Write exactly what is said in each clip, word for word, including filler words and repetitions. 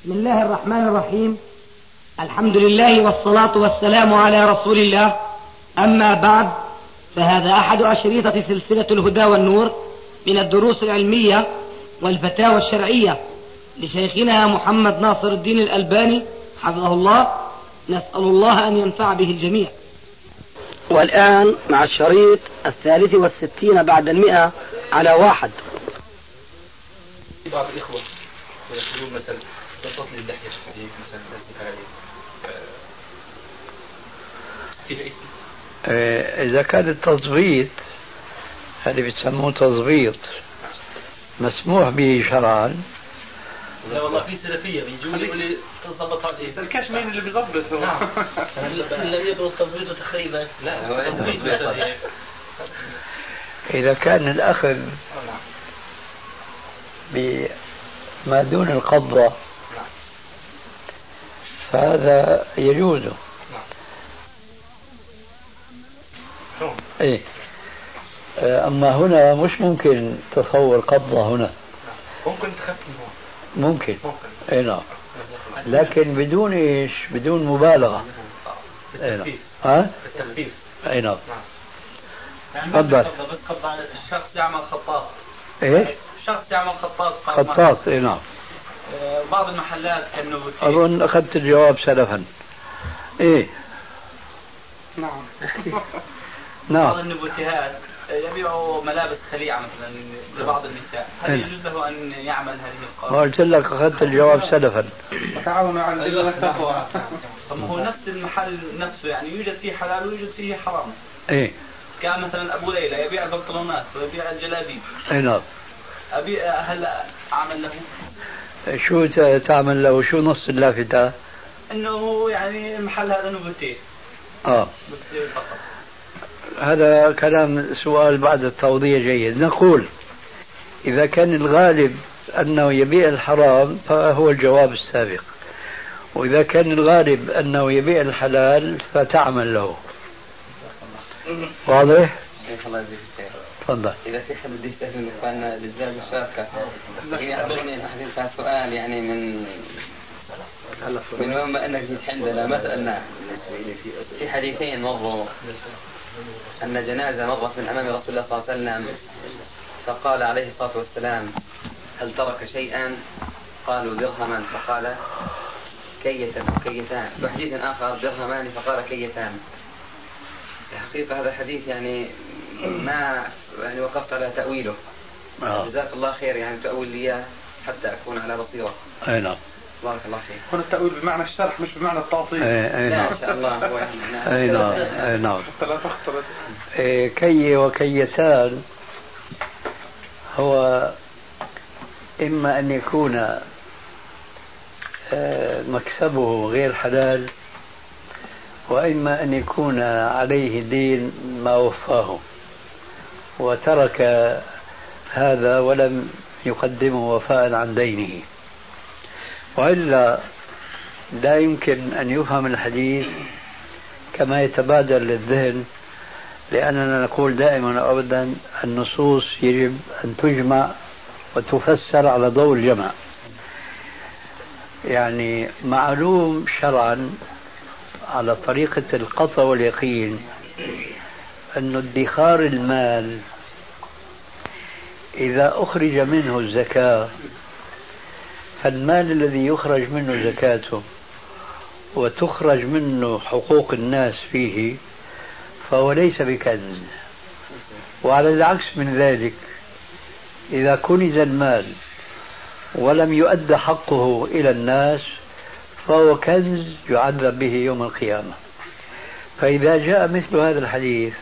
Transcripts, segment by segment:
بسم الله الرحمن الرحيم. الحمد لله والصلاة والسلام على رسول الله. أما بعد، فهذا أحد أشريطة سلسلة الهدى والنور من الدروس العلمية والفتاوى الشرعية لشيخنا محمد ناصر الدين الألباني حفظه الله. نسأل الله أن ينفع به الجميع. والآن مع الشريط الثالث والستين بعد المئة على واحد. بعض الإخوة يقولون مثلا تفصل اللحية الشديد مثلا الاستفادة فيها إثم. إذا كان التظبيط هذا بتسموه تظبيط مسموح به شرعا. لا والله في سلفية بيجوا لي يقول لي تظبط هذه الكاش مين اللي بيظبط هو؟ نعم. الذي يدرس التظبيط تخريبا لا هو تظبيط. إذا كان الأخذ بما دون القبضة فهذا يجوز. إيه. أما هنا مش ممكن تصور قبضة هنا. ممكن تخفف ممكن. إيه نعم. لكن بدون إيش؟ بدون مبالغة. بالتخفيف. ها؟ بالتخفيف. أي نعم. تفضل. بتقبض الشخص يعمل خطاط. إيش؟ شخص يعمل خطاط. خطاط. إيه نعم. بعض المحلات كانوا أظن أخذت الجواب سلفا. إيه. نعم. نعم. بعض النبوتيات يبيعوا ملابس خليعة مثلا لبعض النساء، هل يجوز له أن يعمل هذه القرارات؟ ما قلت لك أخذت الجواب سلفا. تعاونوا على البر والتقوى. طب هو نفس المحل نفسه يعني يوجد فيه حلال ويوجد فيه حرام. إيه. كان مثلا أبو ليلى يبيع البنطلونات ويبيع الجلابيب. إيه نعم. أبي هل أعمل له؟ شو تعمل له؟ شو نص اللافتة؟ إنه يعني المحل هذا نبوتيه. آه. نبوتيه فقط. هذا كلام سؤال بعد التوضيح جيد. نقول إذا كان الغالب أنه يبيع الحرام فهو الجواب السابق، وإذا كان الغالب أنه يبيع الحلال فتعمل له. واضح؟ تفضل. إذا في حد بده يستأذن إخواننا للزام الشاركة يخبرني حقيقة سؤال يعني من من وين ما أنك جيت عندنا مثلا في حديثين مروا أن جنازة مرت من أمام رسول الله صلى الله عليه وسلم فقال عليه الصلاة والسلام هل ترك شيئا؟ قالوا درهما فقال كيتان كيتان. وحديث آخر درهمان فقال كيتان. الحقيقة هذا حديث يعني ما يعني وقفت على تأويله. آه. جزاك الله خير يعني تأويل لي حتى أكون على بصيرة. أي نعم. بارك الله فيك. هنا التأويل بمعنى الشرح مش بمعنى التعطيل. أي نعم. إن شاء الله هو يعني. أي نعم. أي نعم. حتى لا تختلط. كي وكيتان هو إما أن يكون مكسبه غير حلال، وإما أن يكون عليه دين ما وفاه وترك هذا ولم يقدمه وفاء عن دينه، وإلا لا يمكن أن يفهم الحديث كما يتبادر للذهن، لأننا نقول دائما وأبدا النصوص يجب أن تجمع وتفسر على ضوء الجمع. يعني معلوم شرعا على طريقة القطع واليقين أن ادخار المال إذا أخرج منه الزكاة فالمال الذي يخرج منه زكاته وتخرج منه حقوق الناس فيه فهو ليس بكنز. وعلى العكس من ذلك إذا كنز المال ولم يؤد حقه إلى الناس فهو كنز يعذب به يوم القيامة. فإذا جاء مثل هذا الحديث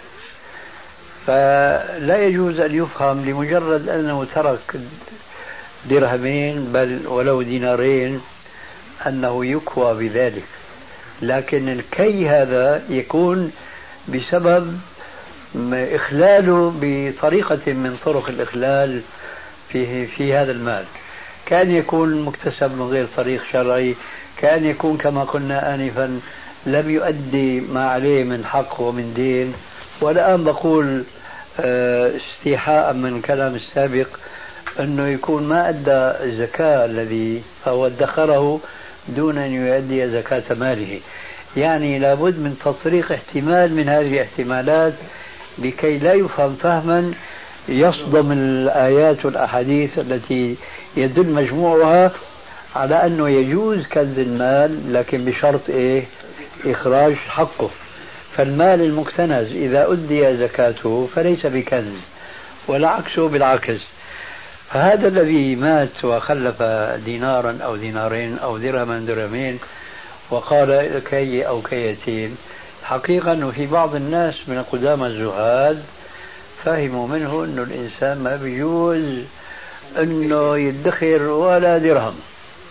فلا يجوز أن يفهم لمجرد أنه ترك درهمين بل ولو دينارين أنه يكوى بذلك، لكن الكي هذا يكون بسبب إخلاله بطريقة من طرق الإخلال في, في هذا المال. كان يكون مكتسب من غير طريق شرعي، كان يكون كما قلنا آنفا لم يؤدي ما عليه من حق ومن دين. والآن بقول استيحاء من كلام السابق أنه يكون ما أدى الزكاة الذي هو ادخره دون أن يؤدي زكاة ماله. يعني لابد من تطريق احتمال من هذه الاحتمالات لكي لا يفهم فهما يصدم الآيات والأحاديث التي يدل مجموعها على أنه يجوز كنز المال، لكن بشرط إيه؟ إخراج حقه. فالمال المكتنز إذا أدي زكاته فليس بكنز، ولا عكسه بالعكس. فهذا الذي مات وخلف دينارا أو دينارين أو درهما درهمين وقال كي أو كيتين، حقيقة أنه في بعض الناس من قدامى الزهاد فهموا منه أنه الإنسان ما بيجوز أنه يدخر ولا درهم.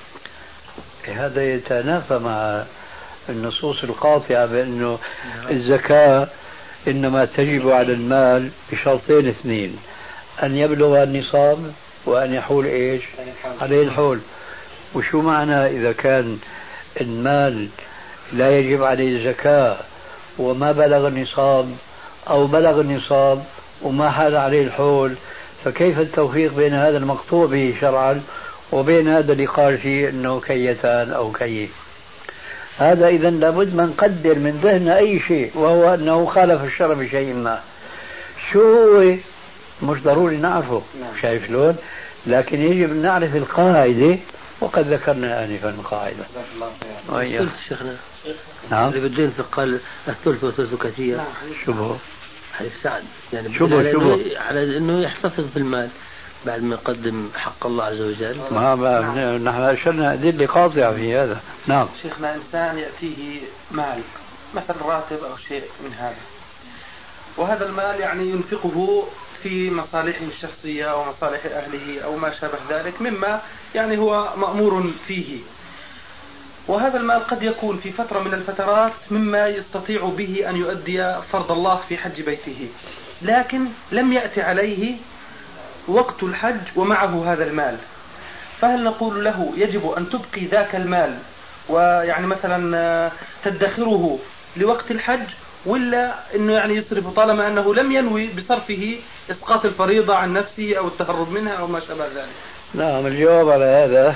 هذا يتنافى مع النصوص القاطعة بأنه الزكاة إنما تجب على المال بشرطين اثنين: أن يبلغ النصاب وأن يحول إيش عليه الحول. وشو معنى إذا كان المال لا يجب عليه الزكاة وما بلغ النصاب، أو بلغ النصاب وما حال عليه الحول؟ فكيف التوفيق بين هذا المقطوع به شرعا وبين هذا اللي قال فيه أنه كيتان أو كيف؟ هذا إذن لابد من نقدر من ذهن أي شيء، وهو أنه خالف الشرع بشيء ما. شو هو مش ضروري نعرفه، شايف شلون؟ لكن يجب أن نعرف القاعدة، وقد ذكرنا آنفا القاعدة. قلت شيخنا نعم. اللي بدين قال الثلث والثلث كثير. شو هو؟ حديث سعد يعني شو على, شو إنه على انه يحتفظ بالمال بعد ما يقدم حق الله عز وجل. ما, ما نحن أشرنا أدلة قاطعة في هذا. نعم. شيخنا إنسان يأتيه مال مثل راتب أو شيء من هذا، وهذا المال يعني ينفقه في مصالحه الشخصية أو مصالح أهله أو ما شابه ذلك مما يعني هو مأمور فيه. وهذا المال قد يكون في فترة من الفترات مما يستطيع به أن يؤدي فرض الله في حج بيته، لكن لم يأتي عليه وقت الحج ومعه هذا المال. فهل نقول له يجب أن تبقي ذاك المال ويعني مثلا تدخره لوقت الحج، ولا أنه يعني يصرف طالما أنه لم ينوي بصرفه إسقاط الفريضة عن نفسه أو التهرب منها أو ما شابه ذلك؟ نعم، الجواب على هذا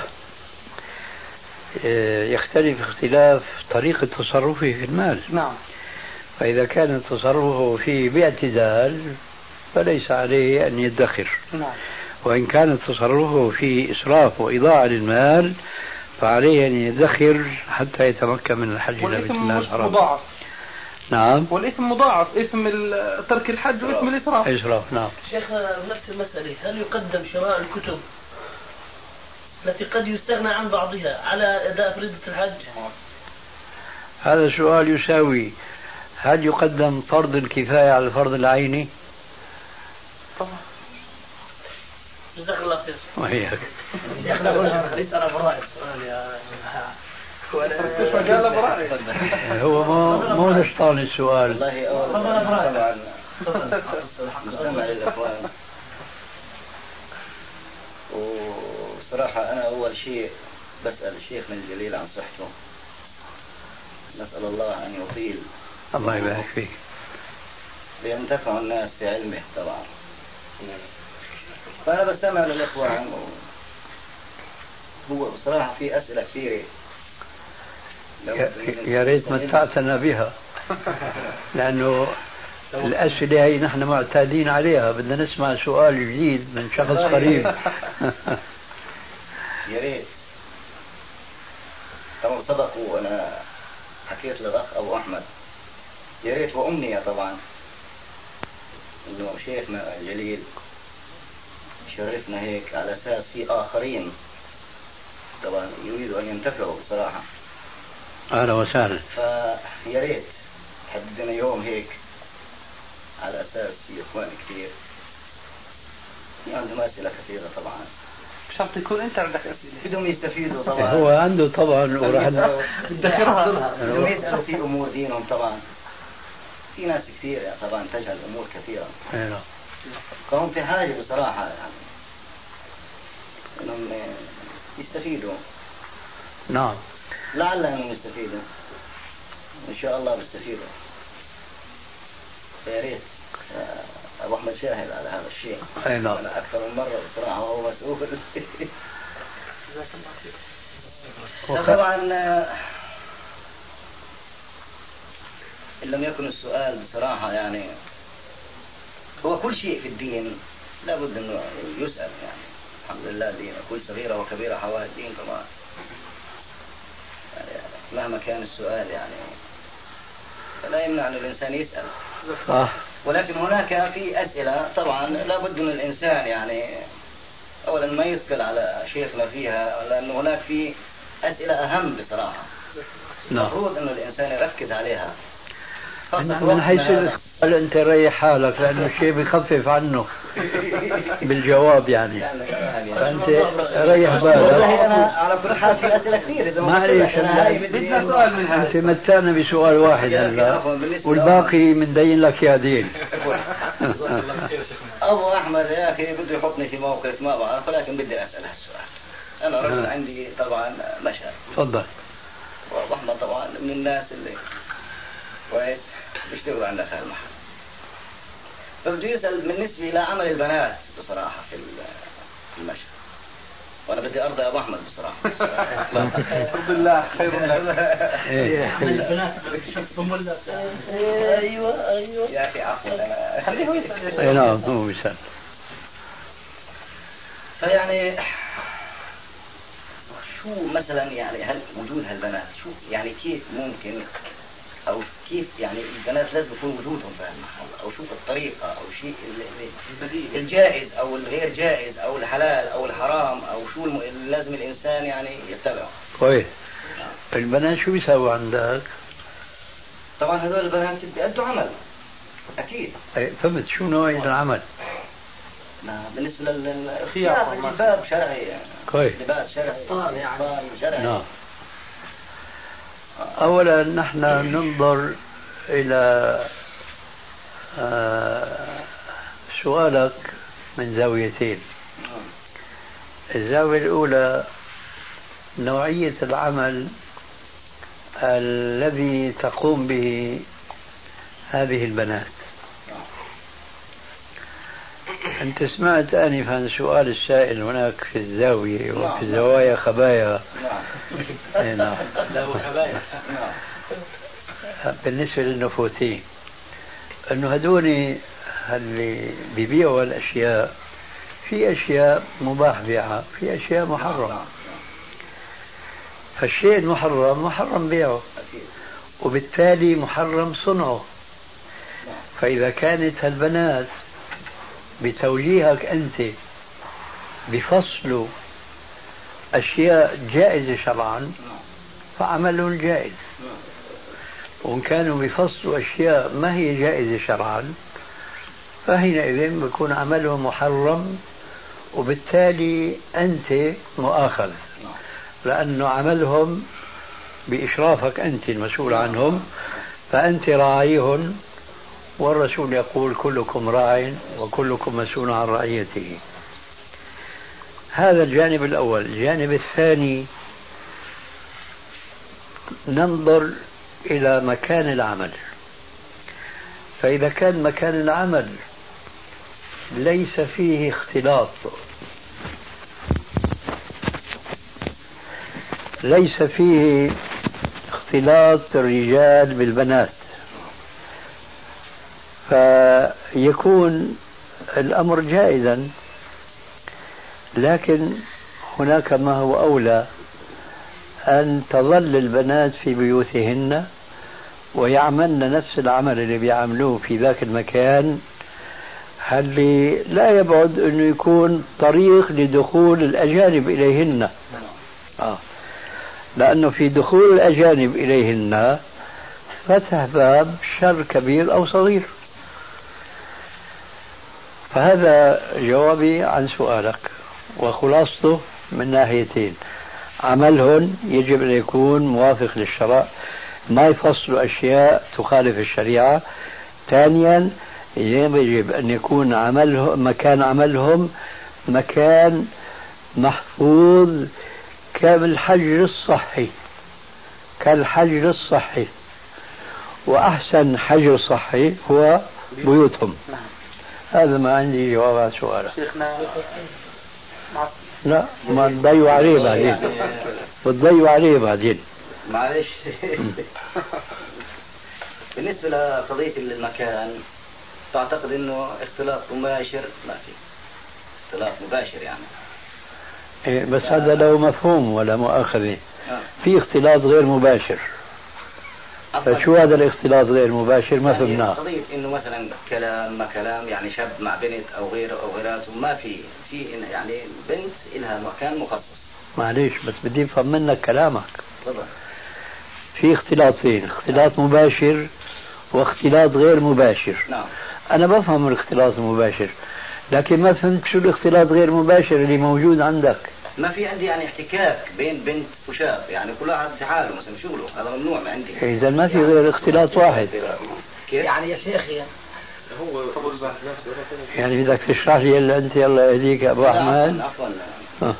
يختلف اختلاف طريقة تصرفه في المال. نعم. فإذا كان تصرفه فيه باعتدال فليس عليه أن يدخر. نعم. وإن كان تصرفه فيه إسراف وإضاعة للمال فعليه أن يدخر حتى يتمكن من الحج إلى بيت الله الحرام. مضاعف. نعم. والإثم مضاعف، إثم ترك الحج وإثم الإسراف. إسراف. نعم. شيخ نفس المسألة، هل يقدم شراء الكتب التي قد يستغنى عن بعضها على أداء فريضة الحج؟ هذا سؤال يساوي هل يقدم فرض الكفاية على الفرض العيني؟ طبعا. جزاك الله خير. وهيك. ليس أنا برأي هو مو مو نشطان السؤال. والله أول مستمع للإخوان، وصراحة أنا أول شيء بسأل شيخنا الجليل عن صحته، نسأل الله أن يطيل. الله يبارك فيك. لينتفع الناس بعلمه طبعا. فأنا بستمع للإخوان، هو بصراحة في أسئلة كثيرة يا ريت متعتنا بها، لأنه الأسئلة هي نحن معتادين عليها، بدنا نسمع سؤال جديد من شخص قريب. يا ريت. طبعا صدقوا، أنا حكيت للأخ أبو أحمد يا ريت، وأمنية طبعا إنه شيخنا الجليل شرفنا هيك على أساس في آخرين طبعا يريدوا أن ينتفعوا بصراحة. أهلا وسهلا. فيا ريت حددنا يوم هيك على أساس في إخوان كثير عندهم أسئلة كثيرة طبعا، شرط يكون أنت عندك أسئلة بدهم يستفيدوا طبعا. هو عنده طبعا، وراح بدهم يسألوا في أمور دينهم طبعا. في ناس كثير طبعا تجهل أمور كثيرة، فهم في حاجة بصراحة يعني إنهم يستفيدوا. نعم. لعلهم يستفيدوا إن شاء الله، بيستفيدوا. يا ريت أبو أحمد شاهد على هذا الشيء. أي نعم. أنا أكثر من مرة بصراحة وهو مسؤول. طبعا إن لم يكن السؤال بصراحة يعني هو كل شيء في الدين لابد أنه يسأل يعني. الحمد لله دين كل صغيرة وكبيرة حوالي الدين طبعا يعني مهما كان السؤال يعني لا يمنع أن الإنسان يسأل. صح. ولكن هناك في أسئلة طبعا لابد من الإنسان يعني أولا ما يثقل على شيخنا فيها لأنه هناك في أسئلة أهم بصراحة. نعم. المفروض أنه الإنسان يركز عليها. من حيث السؤال أنت ريح حالك لأنه الشيء بيخفف عنه بالجواب يعني. فأنت ريح بالك. والله أنا على كل حال في أسئلة كثير إذا ما ليش بدنا سؤال من هذا. أنت متانا بسؤال واحد هلا والباقي مندين لك يا دين. أبو أحمد يا أخي بده يحطني في موقف ما بعرف ولكن بدي أسأل هالسؤال. أنا رجل عندي طبعا مشهد. تفضل. وأبو أحمد طبعا من الناس اللي كويس بيشتغلوا عندك هالمحل. فبده يسأل بالنسبة إلى عمل البنات بصراحة في المشهد. وأنا بدي أرضى أبو أحمد بصراحة. الحمد لله خير البنات أيوة أيوة يا أخي عفوا أنا خليه يسأل. أي نعم هو يسأل. فيعني شو مثلا يعني هل وجود هالبنات شو يعني كيف ممكن أو كيف يعني البنات لازم يكون وجودهم في المحل أو شوف الطريقة أو شيء الجائز أو الغير جائز أو الحلال أو الحرام أو شو الم... لازم الإنسان يعني يتبعه. كويس. البنات شو بيسووا عندك؟ طبعا هذول البنات بيأدوا عمل أكيد. فهمت شو نوع العمل؟ بالنسبة للخياطة لباب شرعي يعني. كويس. لباس شرعي يعني شرعي. نعم. أولا نحن ننظر إلى سؤالك من زاويتين. الزاوية الأولى نوعية العمل الذي تقوم به هذه البنات. أنت سمعت آنفا سؤال السائل هناك في الزاوية وفي الزوايا خبايا. نعم. بالنسبة للنفوتين أنه هدوني اللي بيبيعوا الأشياء في أشياء مباح بيعها في أشياء محرم. فالشيء المحرم محرم بيعه وبالتالي محرم صنعه. فإذا كانت هالبنات بتوجيهك أنت بفصل أشياء جائزة شرعا فعمل جائز، وإن كانوا بفصل أشياء ما هي جائزة شرعا فحينئذ بيكون عملهم محرم وبالتالي أنت مؤاخذ لأنه عملهم بإشرافك أنت المسؤول عنهم فأنت راعيهم والرسول يقول كلكم راع وكلكم مسؤول عن رعيته. هذا الجانب الأول. الجانب الثاني ننظر إلى مكان العمل. فإذا كان مكان العمل ليس فيه اختلاط ليس فيه اختلاط الرجال بالبنات فيكون الأمر جائزا، لكن هناك ما هو أولى أن تظل البنات في بيوتهن ويعملن نفس العمل اللي بيعملوه في ذاك المكان اللي لا يبعد أنه يكون طريق لدخول الأجانب إليهن. آه. لأنه في دخول الأجانب إليهن فتح باب شر كبير أو صغير. فهذا جوابي عن سؤالك وخلاصته من ناحيتين. عملهن يجب أن يكون موافق للشرع ما يفصل أشياء تخالف الشريعة. ثانيا يجب أن يكون عملهم مكان عملهم مكان محفوظ كالحجر الصحي كالحجر الصحي وأحسن حجر صحي هو بيوتهم. هذا ما عندي جواب على سؤالك. شيخنا لا ما تضيعوا عليه بعدين، بتضيعوا عليه بعدين. معلش. بالنسبة لقضية المكان تعتقد انه اختلاط مباشر؟ ما في اختلاط مباشر يعني. إيه بس هذا له مفهوم ولا مؤاخذة. في اختلاط غير مباشر. فشو هذا الاختلاط غير مباشر؟ ما يعني فهمناه. قضية انه مثلا كلام ما كلام، يعني شاب مع بنت او غيره او غيراته، ما في في يعني بنت لها مكان مخصص. معليش بس بدي افهم منك كلامك. طبعا في اختلاطين، اختلاط مباشر واختلاط غير مباشر. نعم. انا بفهم الاختلاط المباشر، لكن ما فهمت شو الاختلاط غير مباشر اللي موجود عندك. ما في عندي يعني احتكاك بين بنت وشاب، يعني كل واحد في حاله مثلا شغله، هذا ممنوع ما عندي. اذا ما في غير اختلاط واحد. كيف؟ يعني يا شيخي هو يعني بدك تشرح لي يلا انت يلا يهديك يا ابو احمد. عفوا. آه.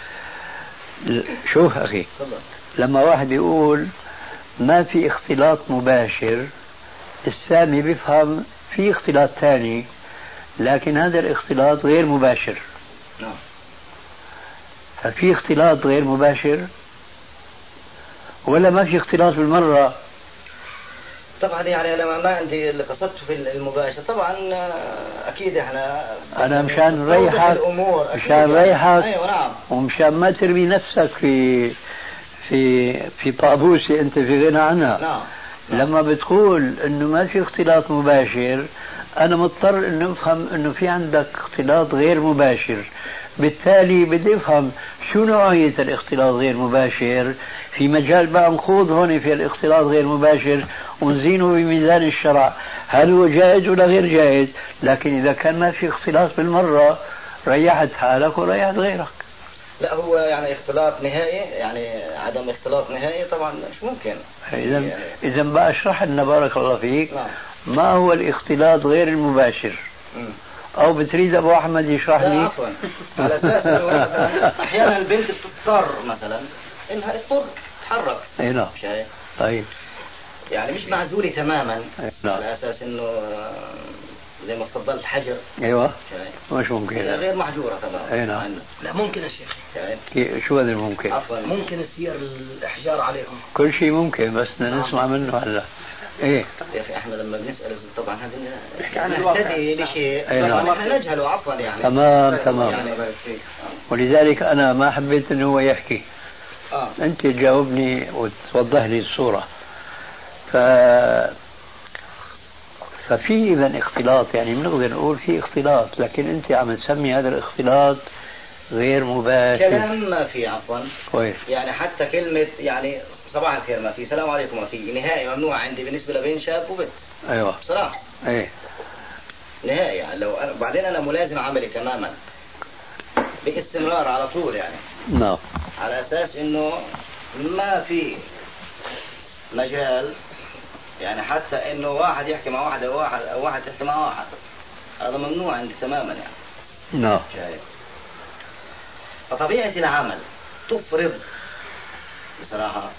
شوف اخي، لما واحد يقول ما في اختلاط مباشر، الثاني بيفهم في اختلاط ثاني، لكن هذا الاختلاط غير مباشر. نعم. ففي اختلاط غير مباشر ولا ما في اختلاط بالمرة؟ طبعا يعني انا ما عندي اللي قصدته في المباشر، طبعا اكيد احنا انا مشان نريحك، مشان نريحك. ايوه نعم. ومشان ما ترمي نفسك في في في طابوسه انت في غنى عنها. نعم. لما بتقول انه ما في اختلاط مباشر، انا مضطر انه افهم انه في عندك اختلاط غير مباشر، بالتالي بدي افهم شو نوعية الاختلاط غير مباشر، في مجال بقى نخوض هون في الاختلاط غير مباشر ونزينه بميزان الشرع، هل هو جائز ولا غير جائز؟ لكن اذا كان ما في اختلاط بالمرة ريحت حالك وريحت غيرك. لا هو يعني اختلاط نهائي، يعني عدم اختلاط نهائي طبعا مش ممكن. اذا اذا بقى اشرح لنا بارك الله فيك. نعم. ما هو الاختلاط غير المباشر؟ مم. او بتريد ابو احمد يشرح لي؟ عفوا. على اساس انه مثلا احيانا البنت بتضطر مثلا انها تضطر تتحرك. اي نعم. شايف؟ طيب يعني مش معزولة تماما. نعم. على اساس انه زي ما تفضلت حجر. ايوه. شايف؟ مش ممكن. غير محجورة طبعا. اي نعم. لا ممكن يا شيخ. شايف؟ شو هذا الممكن؟ عفوا. ممكن تصير الاحجار عليهم. كل شيء ممكن، بس بدنا نسمع منه هلا. ايه يا اخي احنا لما بنسال طبعا هذا عن نهتدي لشيء طبعا احنا نجهله عفوا يعني. تمام تمام. يعني ولذلك انا ما حبيت انه هو يحكي. آه. انت تجاوبني وتوضح لي الصوره. ف ففي اذا اختلاط، يعني بنقدر نقول في اختلاط، لكن انت عم تسمي هذا الاختلاط غير مباشر. كلام ما في عفوا. كويس. يعني حتى كلمه يعني صباح الخير ما في، سلام عليكم ما في، نهائي ممنوع عندي بالنسبه لبين شاب وبنت. ايوه بصراحه. ايه نهائي يعني. لو أنا بعدين انا ملازم عملي تماما باستمرار على طول يعني. نعم. على اساس انه ما في مجال يعني حتى انه واحد يحكي مع واحد او واحد او واحد يحكي مع واحد، هذا ممنوع عندي تماما يعني. نعم. شايف؟ فطبيعة العمل تفرض بصراحة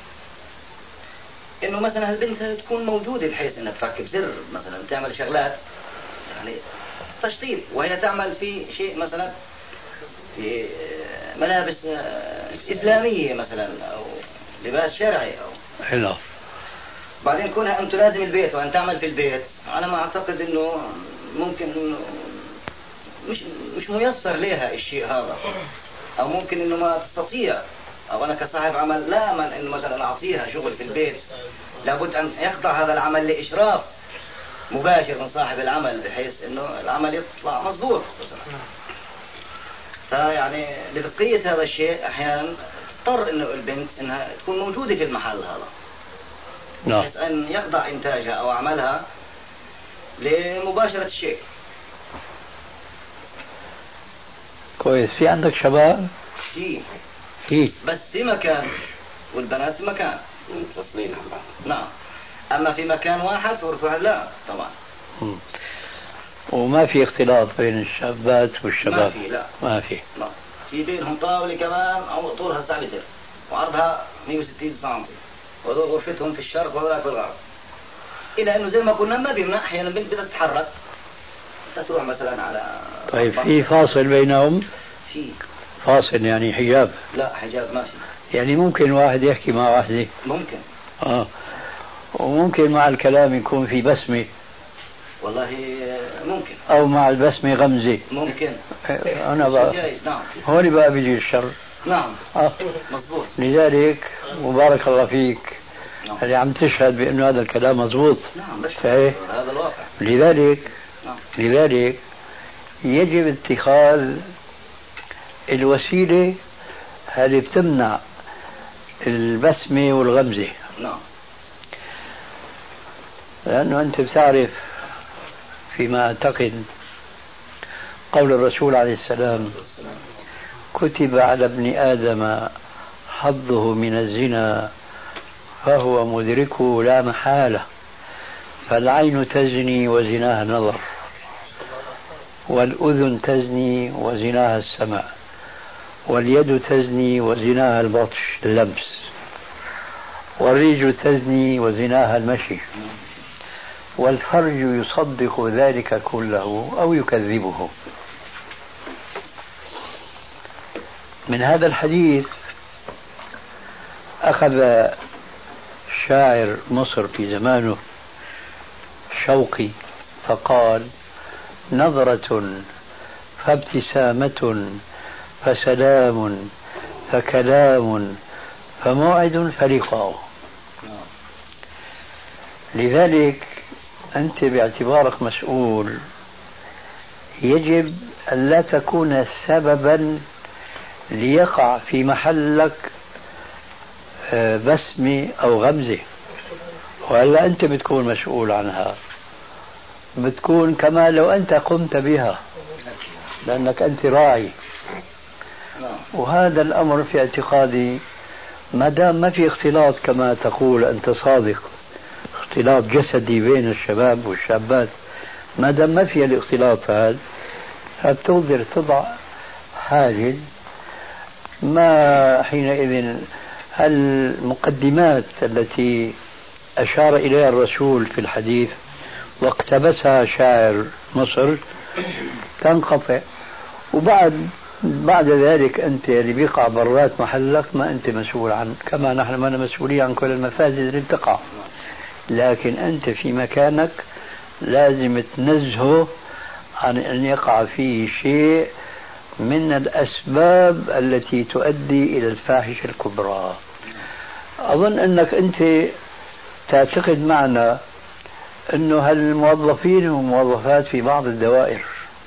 انه مثلا البنت تكون موجودة بحيث انها تركب زر مثلا، تعمل شغلات يعني تشطيب، وهي تعمل في شيء مثلا في ملابس اسلامية مثلا او لباس شرعي او حلو. بعدين كونها أن تلازم البيت وأن تعمل في البيت، أنا ما أعتقد إنه ممكن إنه مش مش ميسر لها الشيء هذا، أو ممكن إنه ما تستطيع، أو أنا كصاحب عمل لا أمن إنه مثلا أعطيها شغل في البيت، لابد أن يخضع هذا العمل لإشراف مباشر من صاحب العمل بحيث إنه العمل يطلع مضبوط. فيعني لبقية هذا الشيء أحيانا تضطر إنه البنت إنها تكون موجودة في المحل هذا. نعم. بحيث أن يخضع إنتاجها أو عملها لمباشرة الشيء. كويس. في عندك شباب؟ في في بس في مكان والبنات في مكان منفصلين. نعم. أما في مكان واحد غرفة واحد لا طبعا. م. وما في اختلاط بين الشابات والشباب؟ ما في لا. ما في. لا. في بينهم طاولة كمان أو طولها تسعة متر وعرضها مئة وستين سنتي، وذو غرفتهم في الشرق وذاك في الغرب. إلى أنه زي ما قلنا ما بيمنع أحيانا بنت بدها تتحرك تروح مثلا على طيب في فاصل بينهم؟ في فاصل يعني حجاب؟ لا حجاب ماشي. يعني ممكن واحد يحكي مع واحدة؟ ممكن. اه وممكن مع الكلام يكون في بسمة؟ والله ممكن. أو مع البسمة غمزة؟ ممكن. أنا بقى جايز. نعم. هون بقى بيجي الشر. نعم. آه. مضبوط. لذلك مبارك الله فيك. نعم. اللي عم تشهد بأنه هذا الكلام مضبوط. نعم بس هذا الواقع. لذلك نعم. لذلك يجب اتخاذ الوسيلة هذه بتمنع البسمة والغمزة. نعم. لأنه أنت بتعرف فيما أعتقد قول الرسول عليه السلام: كتب على ابن آدم حظه من الزنا فهو مدركه لا محالة، فالعين تزني وزناها النظر، والأذن تزني وزناها السمع، واليد تزني وزناها البطش اللمس، والرجل تزني وزناها المشي، والفرج يصدق ذلك كله أو يكذبه. من هذا الحديث أخذ شاعر مصر في زمانه شوقي فقال: نظرة فابتسامة فسلام فكلام فموعد فلقاء. لذلك أنت باعتبارك مسؤول يجب أن لا تكون سببا ليقع في محلك بسمة أو غمزة، وإلا أنت بتكون مسؤول عنها، بتكون كما لو أنت قمت بها لأنك أنت راعي. وهذا الأمر في اعتقادي ما دام ما في اختلاط كما تقول أنت صادق، اختلاط جسدي بين الشباب والشابات، ما دام ما في الاختلاط هذا فبتقدر تضع حاجز. ما حينئذ المقدمات التي أشار إليها الرسول في الحديث واقتبسها شاعر مصر تنقطع، وبعد بعد ذلك أنت اللي بيقع برات محلك ما أنت مسؤول عنه، كما نحن ما مسؤولين عن كل المفاسد اللي بتقع، لكن أنت في مكانك لازم تنزهه عن أن يقع فيه شيء من الأسباب التي تؤدي إلى الفاحشة الكبرى. أظن أنك أنت تعتقد معنا أنه هالموظفين والموظفات في بعض الدوائر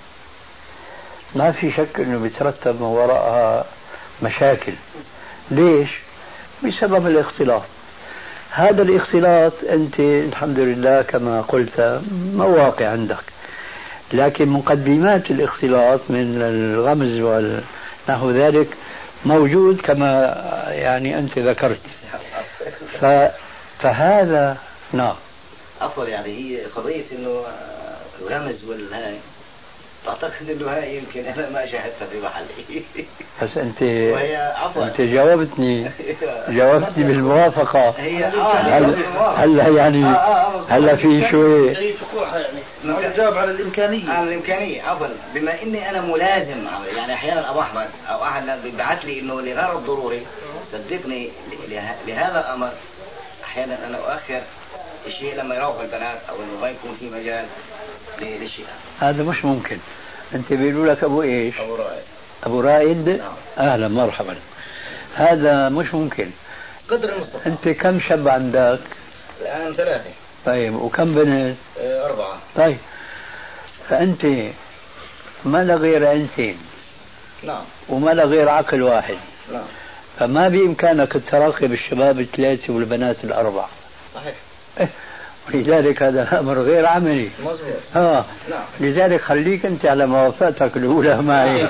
ما في شك أنه بيترتب من وراءها مشاكل. ليش؟ بسبب الاختلاط. هذا الاختلاط أنت الحمد لله كما قلت مواقع عندك، لكن مقدمات الاختلاط من الغمز ونحو ذلك موجود كما يعني أنت ذكرت. ف... فهذا نعم. أفضل يعني هي قضية إنه الغمز والهاي، أعتقد إنه هاي يمكن أنا ما شاهدتها في محلي. بس أنت أنت جاوبتني جاوبتني بالموافقة. هي هلا يعني هلا في شوي يعني جاوب على الإمكانية. على الإمكانية عفوا. بما إني أنا ملازم يعني أحيانا أبو أحمد أو أحد بيبعث لي إنه لغرض ضروري، صدقني لهذا الأمر أحيانا أنا أؤخر الشيء لما يروح البنات أو إنه ما يكون في مجال للشيء. هذا مش ممكن. أنت بيقولوا لك أبو إيش؟ أبو رائد. أبو رائد؟ نعم. أهلا مرحبا. هذا مش ممكن. قدر المستطاع. أنت كم شاب عندك؟ الآن ثلاثة. طيب وكم بنت؟ أربعة. طيب فأنت ما لا غير عينتين. نعم. وما لا غير عقل واحد. نعم. فما بإمكانك تراقب الشباب الثلاثة والبنات الأربع. صحيح. إيه. ولذلك هذا أمر غير عملي. مظبوط. اه نعم. لذلك خليك أنت على موافقتك الأولى معي.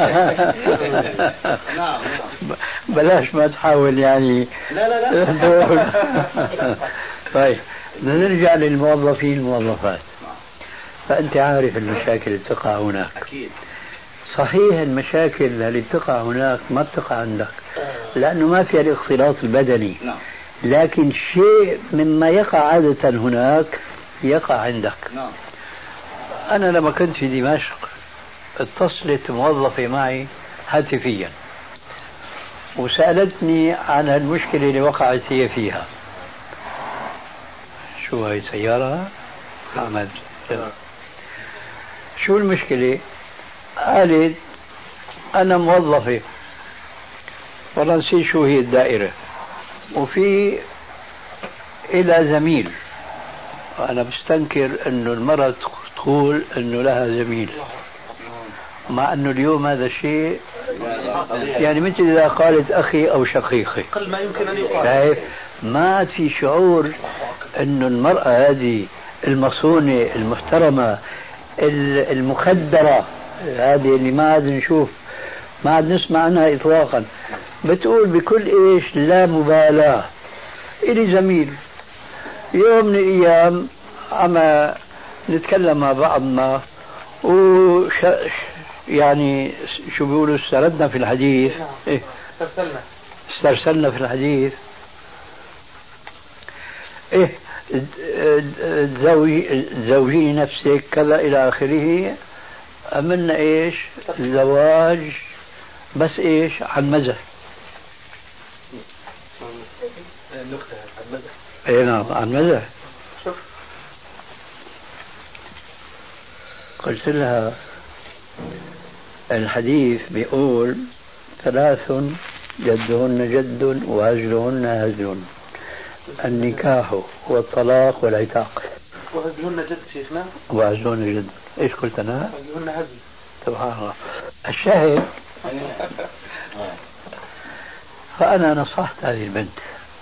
نعم. بلاش ما تحاول يعني. لا لا لا. طيب نرجع للموظفين الموظفات. فأنت عارف المشاكل اللي بتقع هناك. أكيد. صحيح المشاكل اللي بتقع هناك ما بتقع عندك لأنه ما فيها الاختلاط البدني. نعم. لكن شيء مما يقع عادة هناك يقع عندك. نعم. أنا لما كنت في دمشق اتصلت موظفة معي هاتفيا وسألتني عن المشكلة اللي وقعت هي فيها. شو هاي سيارة أحمد؟ شو المشكلة؟ قالت أنا موظفة والله نسيت شو هي الدائرة وفي إلى زميل، وأنا بستنكر أنه المرأة تقول أنه لها زميل مع أنه اليوم هذا الشيء يعني مثل إذا قالت أخي أو شقيقي أقل ما يمكن أن يقال. ما عاد في شعور أنه المرأة هذه المصونة المحترمة المخدرة هذه اللي ما عاد نشوف ما عاد نسمع عنها إطلاقا بتقول بكل إيش لا مبالاة إلي زميل يوم من الأيام أما نتكلم مع بعضنا وش يعني شو بيقولوا استردنا في الحديث إيه؟ استرسلنا استرسلنا في الحديث إيه زوجي زوجي نفسك كذا إلى آخره. عملنا إيش زواج بس إيش عن مزح النكتة عن مزح. إيه نعم عن مزح. قلت لها الحديث بيقول ثلاث جدهن جد وهزلهن هزل النكاح والطلاق والعتاق. وهزلهن جد شيخنا وهزلهن جد. ايش قلت انا؟ وهزلهن هزل. سبحان الله. الشاهد فأنا نصحت هذه البنت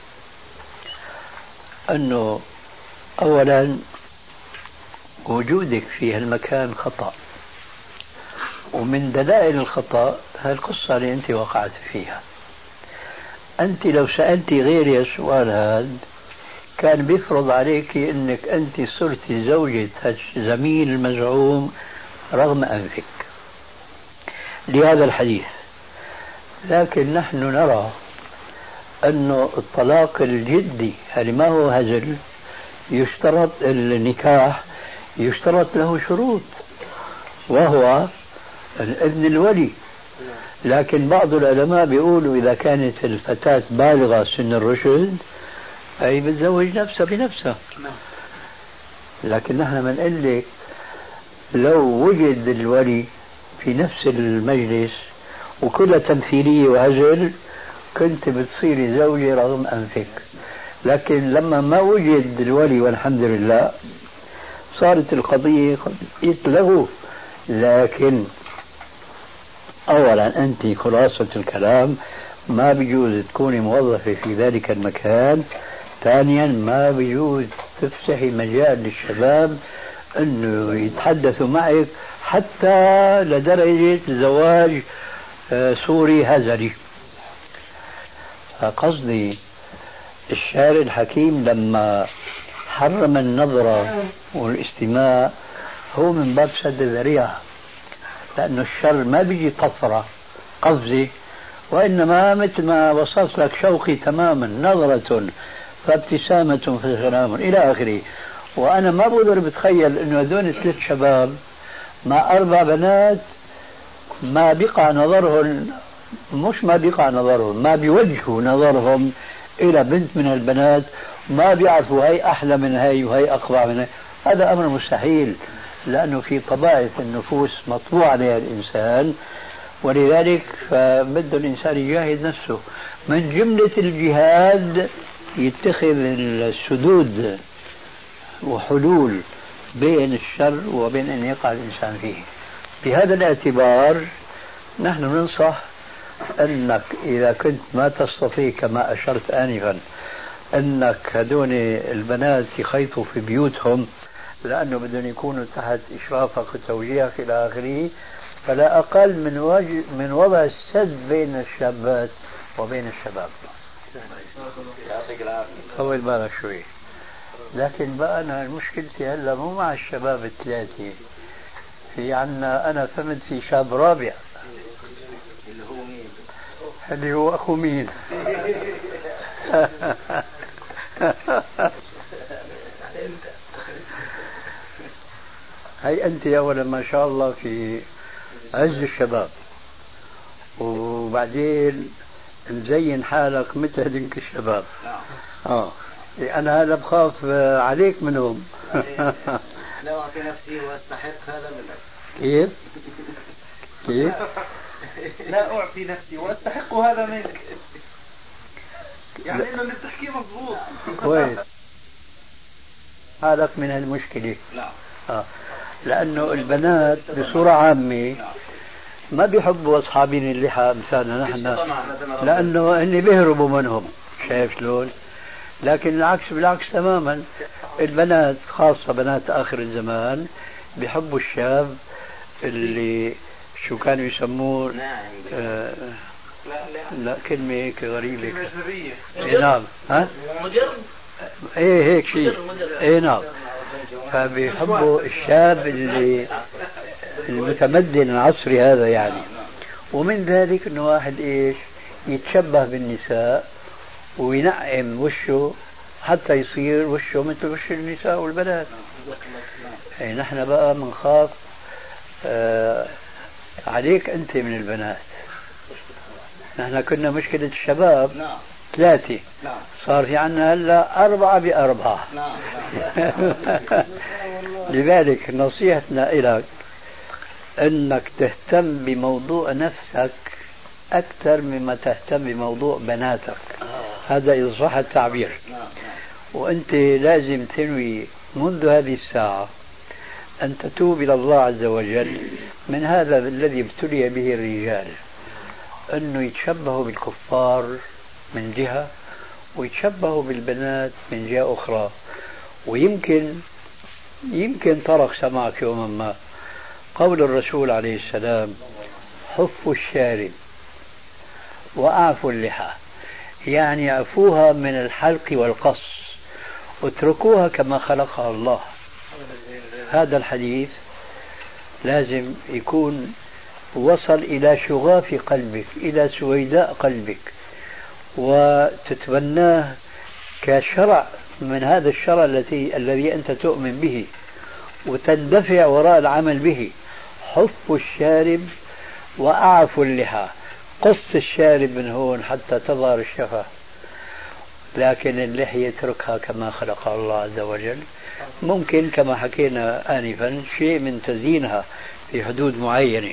أنه أولا وجودك في هالمكان خطأ، ومن دلائل الخطأ هاي القصة اللي أنت وقعت فيها. أنت لو سألتي غيري السؤال هذا كان بيفرض عليك أنك أنت صرت زوجة زميل المزعوم رغم أنفك لهذا الحديث. لكن نحن نرى أنه الطلاق الجدي اللي ما هو هزل يشترط النكاح يشترط له شروط وهو ابن الولي. لكن بعض العلماء بيقولوا إذا كانت الفتاة بالغة سن الرشد أي بتزوج نفسها بنفسها. لكن نحن بنقول لك لو وجد الولي في نفس المجلس وكلها تمثيلية وهزل كنت بتصيري زوجة رغم أنفك. لكن لما ما وجد الولي والحمد لله صارت القضية قضية له. لكن أولا أنت خلاصة الكلام ما بيجوز تكوني موظفة في ذلك المكان. ثانيا ما بيجوز تفتحي مجال للشباب أنه يتحدثوا معك حتى لدرجة زواج سوري هزلي. قصدي الشاعر الحكيم لما حرم النظرة والاستماع هو من باب سد الذريعة، لأنه الشر ما بيجي طفرة قفزة وإنما مثل ما وصف لك شوقي تماما نظرة فابتسامة فسلام إلى آخره. وأنا ما بقدر بتخيل إنه هذول ثلاث شباب مع أربع بنات ما بقى نظرهم مش ما بقى نظرهم ما بيوجهوا نظرهم إلى بنت من البنات ما بيعرفوا هاي أحلى من هاي وهي أقوى من هاي. هذا أمر مستحيل لأنه في طبائع النفوس مطبوع عليها الإنسان. ولذلك فبده الإنسان يجاهد نفسه. من جملة الجهاد يتخذ السدود وحلول بين الشر وبين أن يقع الإنسان فيه. بهذا الاعتبار نحن ننصح أنك إذا كنت ما تستطيع كما أشرت آنفا أنك هدول البنات يخيطوا في بيوتهم لأنه بدهم يكونوا تحت إشرافك وتوجيهك إلى آخره، فلا أقل من, وجه من وضع السد بين الشابات وبين الشباب. طول بالك شوي. لكن بقى أنا مشكلتي هلا مو مع الشباب الثلاثة، في عنا أنا فهمت في شاب رابع اللي هو مين؟ اللي هو أخو مين؟ هي أنت أولا ما شاء الله في عز الشباب، وبعدين مزين حالك مثل هذيك الشباب. اه أنا هذا بخاف عليك منهم. لا أعطي نفسي وأستحق هذا منك. كيف؟ كيف؟ لا أعطي نفسي وأستحق هذا منك. يعني إنه اللي بتحكيه مضبوط. كويس. حالك من هالمشكلة. لا. آه. لأنه البنات بصورة عامة ما بيحبوا أصحابين اللحى مثالنا نحن، لأنه هن بيهربوا منهم. شايف شلون؟ لكن العكس بالعكس تماما، البنات خاصة بنات آخر الزمان بيحبوا الشاب اللي شو كانوا يسموه آه لا لا لا كلمة هيك غريبة. إيه نعم. ها؟ مدرب. ايه هيك شيء. ايه نعم. فبيحبوا الشاب اللي المتمدن العصري هذا يعني. ومن ذلك انه واحد ايش يتشبه بالنساء وينعم وشه حتى يصير وشه مثل وش النساء والبنات. اي نحن بقى بنخاف آه عليك انت من البنات. نحن كنا مشكلة الشباب ثلاثة، صار في عنا هلا أربعة بأربعة. لذلك نصيحتنا إليك أنك تهتم بموضوع نفسك أكثر مما تهتم بموضوع بناتك. هذا إذا صح التعبير. وأنت لازم تنوي منذ هذه الساعة أن تتوب إلى الله عز وجل من هذا الذي ابتلي به الرجال، أنه يتشبهوا بالكفار من جهة ويتشبهوا بالبنات من جهة أخرى. ويمكن يمكن طرق سمعك يوما ما قول الرسول عليه السلام: حفوا الشارب وأعفوا اللحى، يعني عفوها من الحلق والقص اتركوها كما خلقها الله. هذا الحديث لازم يكون وصل إلى شغاف قلبك، إلى سويداء قلبك، وتتبناه كشرع من هذا الشرع الذي الذي أنت تؤمن به وتندفع وراء العمل به. حفوا الشارب وأعفوا اللحى، قص الشارب من هون حتى تظهر الشفة، لكن اللحية اتركها كما خلقها الله عز وجل. ممكن كما حكينا آنفا شيء من تزيينها في حدود معينة،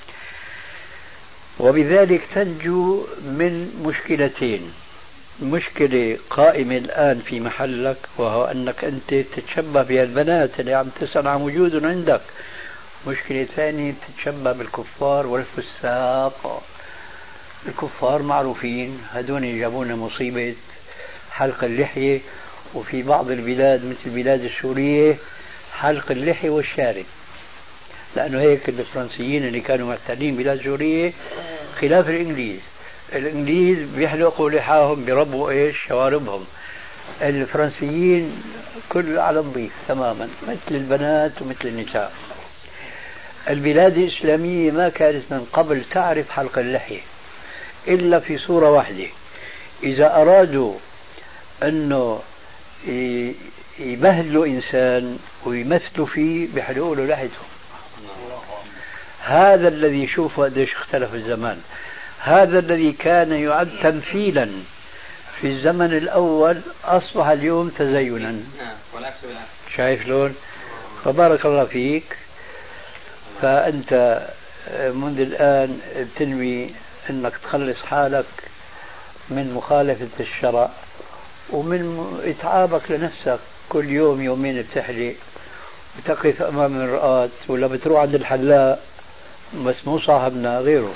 وبذلك تنجو من مشكلتين: مشكلة قائمة الآن في محلك وهو أنك أنت تتشبه بالبنات اللي عم تسأل عن وجودهم عندك. مشكلة ثانية تتشبه بالكفار والفساق. الكفار معروفين، هدول يجابون مصيبة حلق اللحية، وفي بعض البلاد مثل البلاد السورية حلق اللحية والشارب، لأنه هيك الفرنسيين اللي كانوا محتلين بلاد سوريا خلاف الإنجليز. الإنجليز بيحلقوا لحاهم بربوا إيش شواربهم، الفرنسيين كل على نظيف تماما مثل البنات ومثل النساء. البلاد الإسلامية ما كانت من قبل تعرف حلق اللحية إلا في صورة واحدة: إذا أرادوا أنه يبهدلوا إنسان ويمثلوا فيه بيحلقوا له لحيته. هذا الذي شوفوا قديش اختلف الزمان. هذا الذي كان يعد تمثيلا في الزمن الأول أصبح اليوم تزينا. شايف لون؟ فبارك الله فيك. فأنت منذ الآن تنوي أنك تخلص حالك من مخالفة الشرع ومن إتعابك لنفسك. كل يوم يومين بتحلق وتقف أمام المرآة، ولا بتروح عند الحلاق بس مو صاحبنا غيره.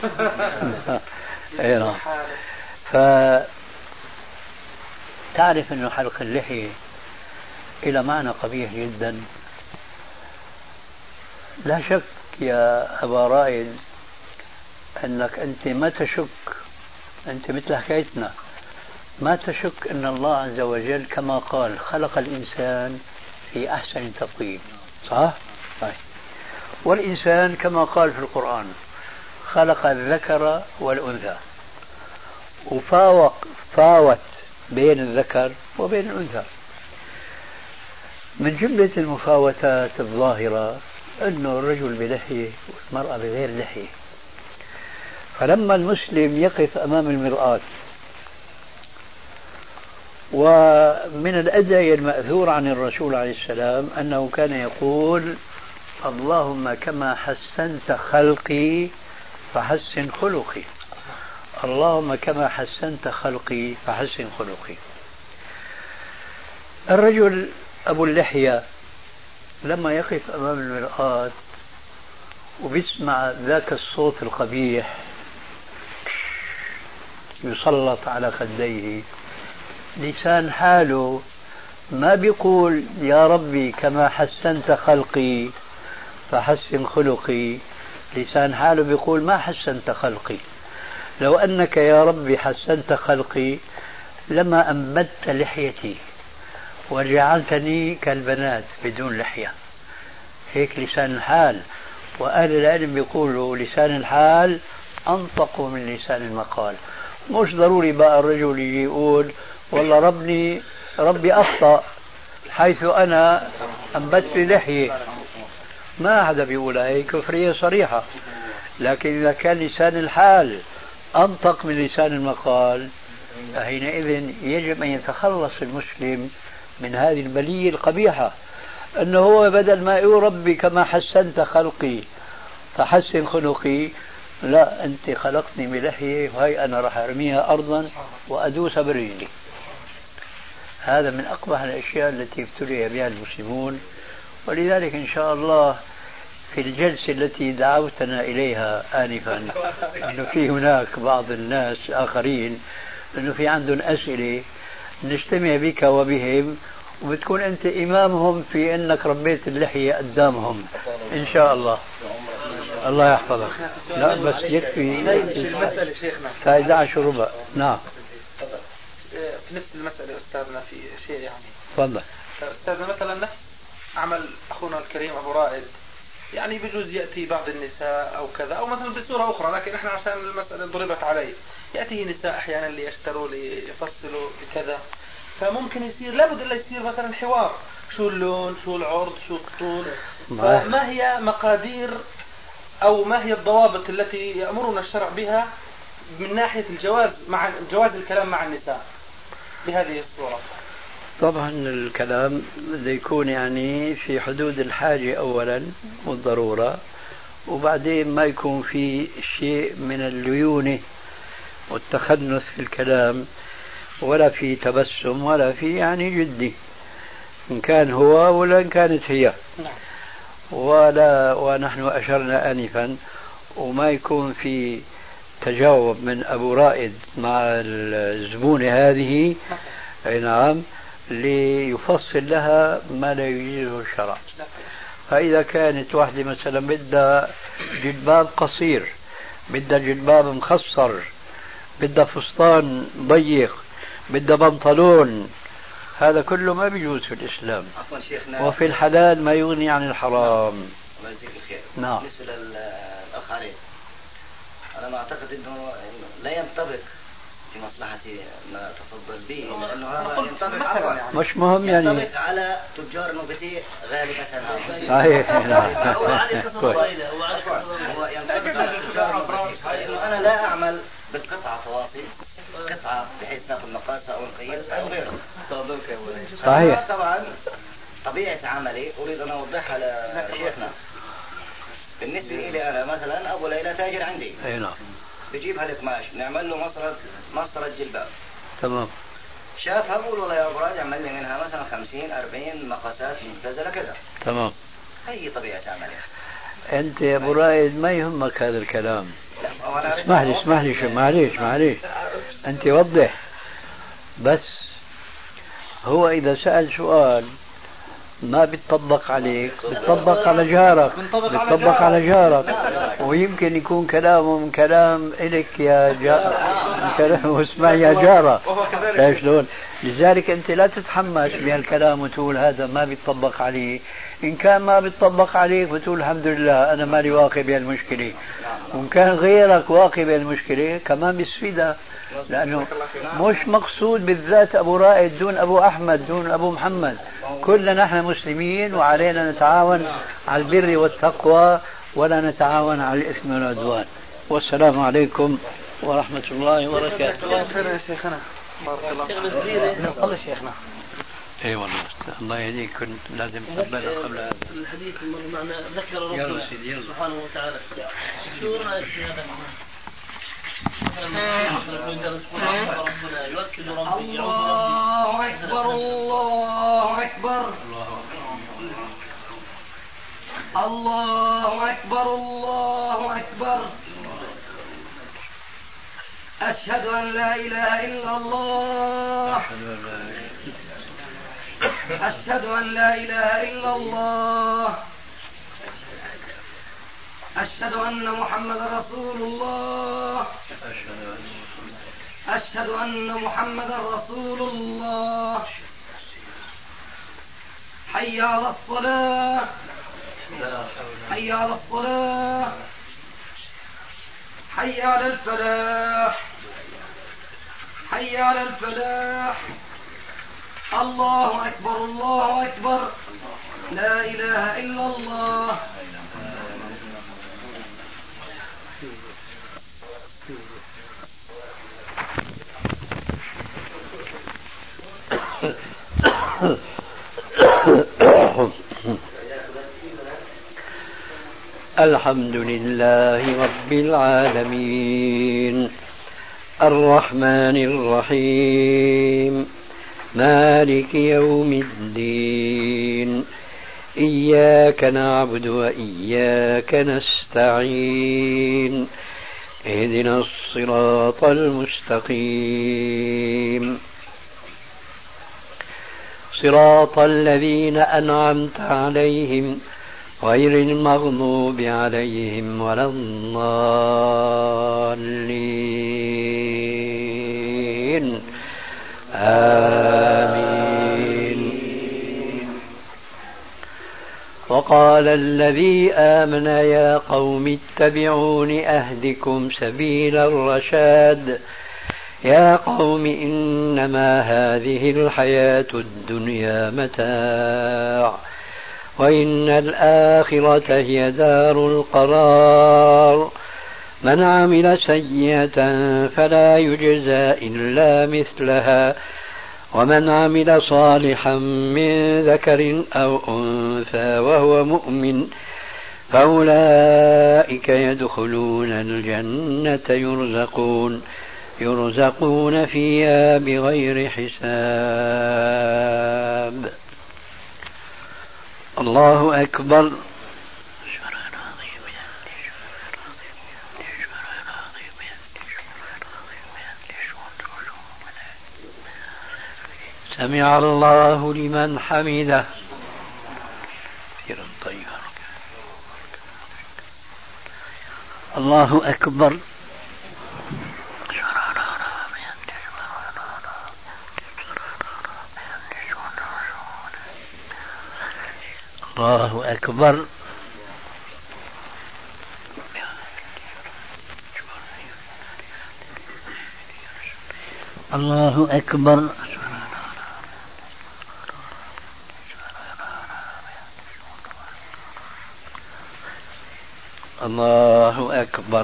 فتعرف أنه حلق اللحية إلى معنى قبيح جدا. لا شك يا أبا رائد أنك أنت ما تشك، أنت مثل حكايتنا ما تشك أن الله عز وجل كما قال خلق الإنسان في أحسن تقويم، صح؟ طيب. والإنسان كما قال في القرآن خلق الذكر والأنثى، وفاوت فاوت بين الذكر وبين الأنثى. من جملة المفاوتات الظاهرة أنه الرجل بلحية والمرأة بغير لحية. فلما المسلم يقف أمام المرآة، ومن الأدعية المأثور عن الرسول عليه السلام أنه كان يقول: اللهم كما حسنت خلقي فحسن خلقي، اللهم كما حسنت خلقي فحسن خلقي. الرجل أبو اللحية لما يقف أمام المرآة وبيسمع ذاك الصوت القبيح يسلط على خديه، لسان حاله ما بيقول يا ربي كما حسنت خلقي فحسن خلقي، لسان حاله بيقول ما حسنت خلقي، لو أنك يا ربي حسنت خلقي لما أنبت لحيتي وجعلتني كالبنات بدون لحية. هيك لسان الحال. وأهل العلم بيقولوا لسان الحال أنطق من لسان المقال. مش ضروري بقى الرجل يجي يقول والله ربني ربي أخطأ حيث أنا أنبت لحية، ما حدا بيقول هي كفرية صريحة. لكن إذا كان لسان الحال أنطق من لسان المقال، حينئذ يجب أن يتخلص المسلم من هذه البلية القبيحة، أنه هو بدل ما يقول ربي كما حسنت خلقي فحسن خلقي، لا أنت خلقتني بلحية وهي أنا راح أرميها أرضا وأدوس برجلي. هذا من أقبح الأشياء التي ابتلي بها المسلمون. ولذلك إن شاء الله في الجلسة التي دعوتنا إليها آنفا أنه في هناك بعض الناس آخرين أنه في عندهم أسئلة نجتمع بك وبهم، وبتكون أنت إمامهم في أنك ربيت اللحية قدامهم إن شاء الله. الله يحفظك. لا بس يكفي المسألة شيخنا فإذا عشر ربع. نعم في نفس المسألة أستاذنا في شيء يعني. تفضل أستاذنا. مثلا نفس عمل أخونا الكريم أبو رائد، يعني بجوز يأتي بعض النساء أو كذا، أو مثلا بصورة أخرى، لكن إحنا عشان المسألة ضربت عليه، يأتيه نساء أحيانا ليشتروا ليفصلوا بكذا، فممكن يصير لابد إلا يصير مثلا حوار، شو اللون، شو العرض، شو الطول، فما هي مقادير أو ما هي الضوابط التي يأمرنا الشرع بها من ناحية الجواز مع جواز الكلام مع النساء بهذه الصورة؟ طبعا الكلام بده يكون يعني في حدود الحاجة أولا والضرورة، وبعدين ما يكون في شيء من الليونة والتخنث في الكلام، ولا في تبسم، ولا في يعني جدي، إن كان هو ولا إن كانت هي. ولا ونحن أشرنا آنفا، وما يكون في تجاوب من أبو رائد مع الزبونة هذه، أي نعم، ليفصل لها ما لا يجيزه الشرع. فإذا كانت واحدة مثلا بدها جلباب قصير، بدها جلباب مخصر، بدها فستان ضيق، بدها بنطلون، هذا كله ما بيجوز في الإسلام. وفي الحلال ما يغني عن الحرام. الله يجزيك الخير. نعم. بالنسبة للأخ علي، أنا ما أعتقد أنه لا ينطبق في مصلحتي ما تفضل به، لأنه هذا ينطبق على مش مهم يعني ينطبق على تجار المبيتي غالبا. صحيح. هو على قصص طويلة، هو على هو ينطبق على تجار المبيتي، لأنه أنا لا أعمل بالقطعة فواصل، قطعة بحيث ناخذ مقاسها أو نقيس أو غيره. صحيح. طبعا طبيعة عملي أريد أن أوضحها لشيخنا. بالنسبة لي أنا مثلا أبو ليلى تاجر عندي، نعم، بجيب هالقماش نعمل له مسطرة مسطرة جلباب، تمام. شافها بقول والله يا أبو راجع عمل لي منها مثلا خمسين أربعين مقاسات مبتذلة كذا، تمام. هي طبيعة عملي. أنت يا أبو رائد ما يهمك هذا الكلام. اسمح لي اسمح لي معليش معليش أنت وضح. بس هو إذا سأل سؤال ما بيتطبق عليك، بيتطبق على جارك، بيتطبق على جارك، ويمكن يكون كلامه من كلام إلك يا جار، كلامه اسمع يا جارة. شلون؟ لذلك أنت لا تتحمس بهالكلام وتقول هذا ما بيتطبق عليه. إن كان ما بيتطبق عليك بتقول الحمد لله أنا مالي واقع بهالمشكلة، وإن كان غيرك واقع بهالمشكلة كمان بيستفيدها، لأنه مش مقصود بالذات أبو رائد دون أبو أحمد دون أبو محمد، كلنا نحن مسلمين وعلينا نتعاون على البر والتقوى ولا نتعاون على الإثم والعدوان. والسلام عليكم ورحمة الله وبركاته. يا شيخنا بارك الله فيك. نصلي شيخنا. اي والله الله يهديك، كنت لازم تقبلها قبل هذا. الحديث المعنى ذكر ربنا سبحانه وتعالى. شو رايك في هذا المعنى؟ ربنا يوكل ربي الله أكبر الله أكبر الله أكبر الله أكبر. أشهد أن لا إله إلا الله أشهد أن لا إله إلا الله أشهد أن محمد رسول الله أشهد أن محمد رسول الله. حي على الصلاة حي على الصلاة حي على الفلاح حي على الفلاح. الله أكبر الله أكبر لا إله إلا الله. الحمد لله رب العالمين الرحمن الرحيم مالك يوم الدين إياك نعبد وإياك نستعين اهدنا الصراط المستقيم صراط الذين أنعمت عليهم غير المغضوب عليهم ولا الضالين آمين. وقال الذي آمن يا قوم اتبعون أهدكم سبيل الرشاد يا قوم إنما هذه الحياة الدنيا متاع وإن الآخرة هي دار القرار من عمل سيئة فلا يجزى إلا مثلها ومن عمل صالحا من ذكر أو أنثى وهو مؤمن فأولئك يدخلون الجنة يرزقون يرزقون فيها بغير حساب. الله أكبر. سمع الله لمن حمده. الله أكبر. الله أكبر. الله أكبر. الله أكبر.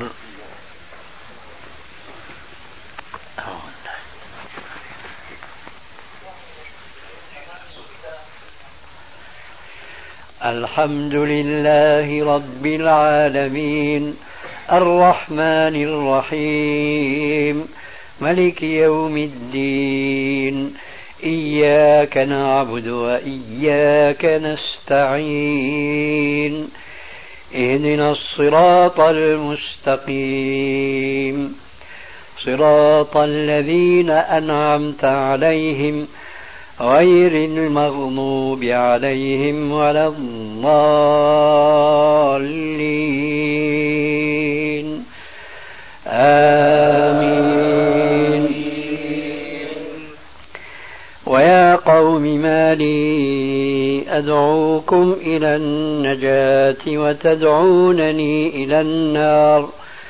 الحمد لله رب العالمين الرحمن الرحيم ملك يوم الدين إياك نعبد وإياك نستعين اهدنا الصراط المستقيم صراط الذين أنعمت عليهم غير المغضوب عليهم ولا الضالين آمين. ويا قوم ما لي أدعوكم إلى النجاة وتدعونني إلى النار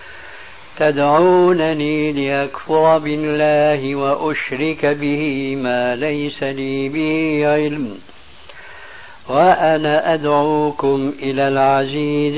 تدعونني لأكفر بالله وأشرك به ما ليس لي به علم وأنا أدعوكم إلى العزيز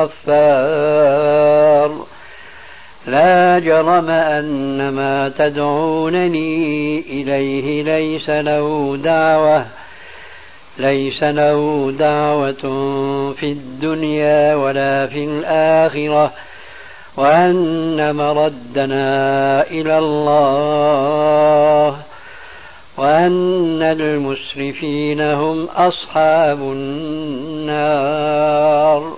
الغفار لا جرم أن ما تدعونني إليه ليس له دعوة ليس له دعوة في الدنيا ولا في الآخرة وأن مردنا إلى الله وأن المسرفين هم أصحاب النار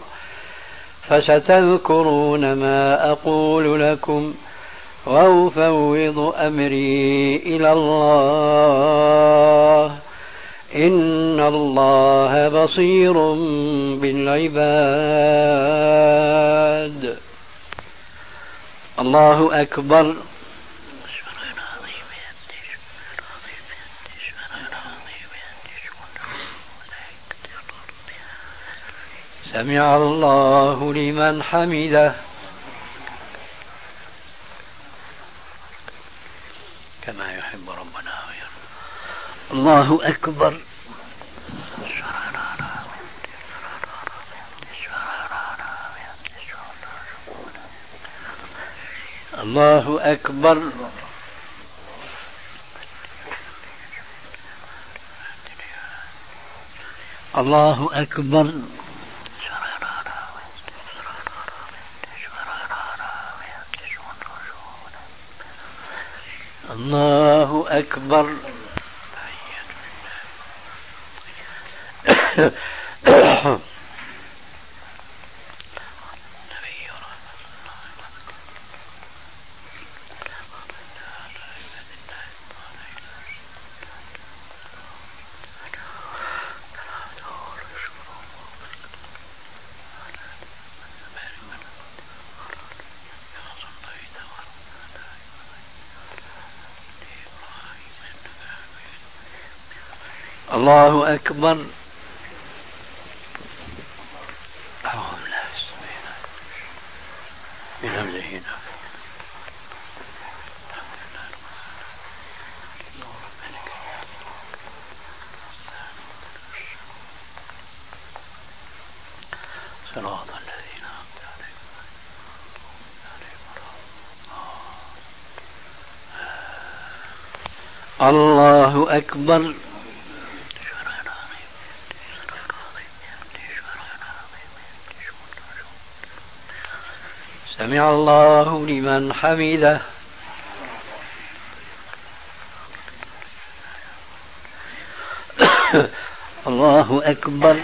فستذكرون ما أقول لكم وأفوض أمري إلى الله إن الله بصير بالعباد. الله أكبر. سمع الله لمن حمده. كما يحب ربنا ويرضى. الله أكبر. الله أكبر. الله أكبر. الله أكبر. الله أكبر. الله أكبر. سمع الله لمن حمده. الله أكبر.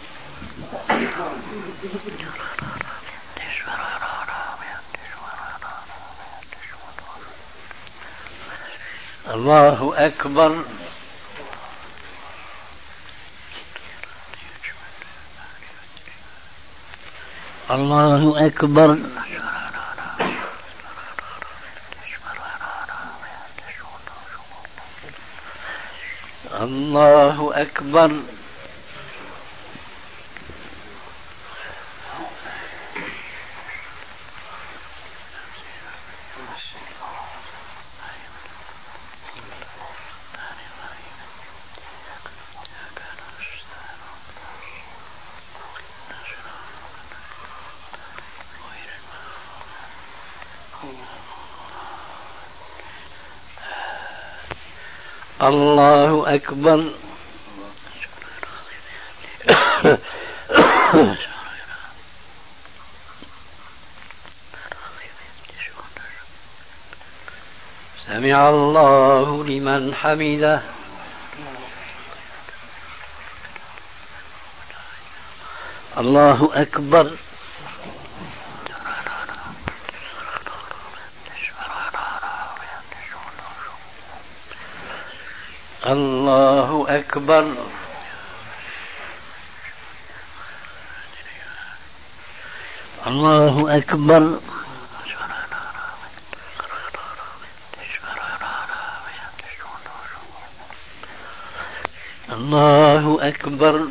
الله أكبر. الله أكبر. الله أكبر. الله أكبر. سمع الله لمن حمده. الله أكبر. الله أكبر. الله أكبر. الله أكبر.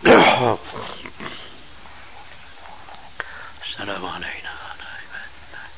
السلام علينا وعلى عباد الله.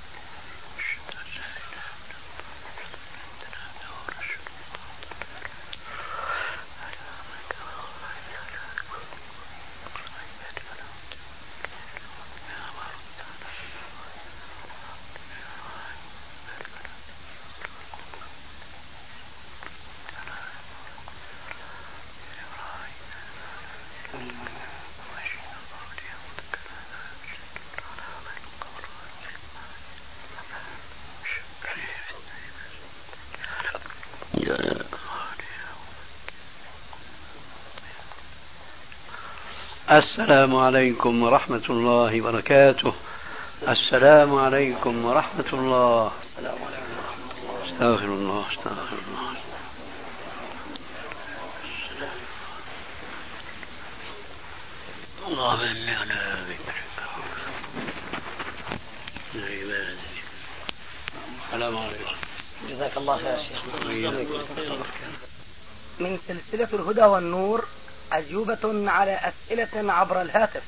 السلام عليكم ورحمة الله وبركاته. السلام عليكم ورحمة الله. السلام عليكم. استغفر الله استغفر الله. اللهم إني على ذكرك. السلام عليكم. جزاك الله خير شيخ. من سلسلة الهدى والنور أجوبة على أسئلة عبر الهاتف.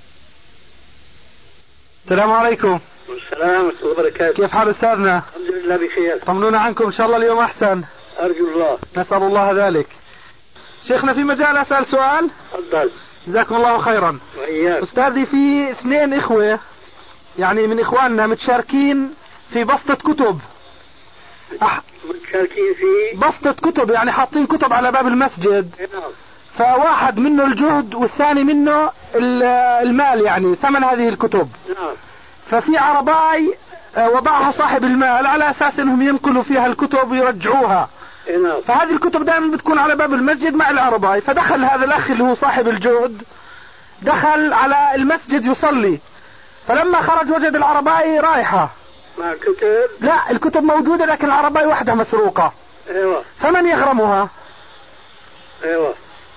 السلام عليكم. السلام ورحمة الله وبركاته. كيف حال أستاذنا؟ الحمد لله بخير. طمنونا عنكم إن شاء الله اليوم أحسن. أرجو الله. نسأل الله ذلك. شيخنا في مجال أسأل سؤال؟ تفضل. جزاكم الله خيرا. وإياك. أستاذي في اثنين إخوة يعني من إخواننا متشاركين في بسطة كتب. أح... متشاركين في بسطة كتب يعني حاطين كتب على باب المسجد. فواحد منه الجهد والثاني منه المال يعني ثمن هذه الكتب. نعم. ففي عرباي وضعها صاحب المال على أساس أنهم ينقلوا فيها الكتب ويرجعوها. نعم. فهذه الكتب دائما بتكون على باب المسجد مع العرباي. فدخل هذا الأخ اللي هو صاحب الجهد دخل على المسجد يصلي. فلما خرج وجد العرباي رايحة مع الكتب. لا الكتب موجودة لكن العرباي وحدها مسروقة. ايوه. فمن يغرمها؟ ايوه.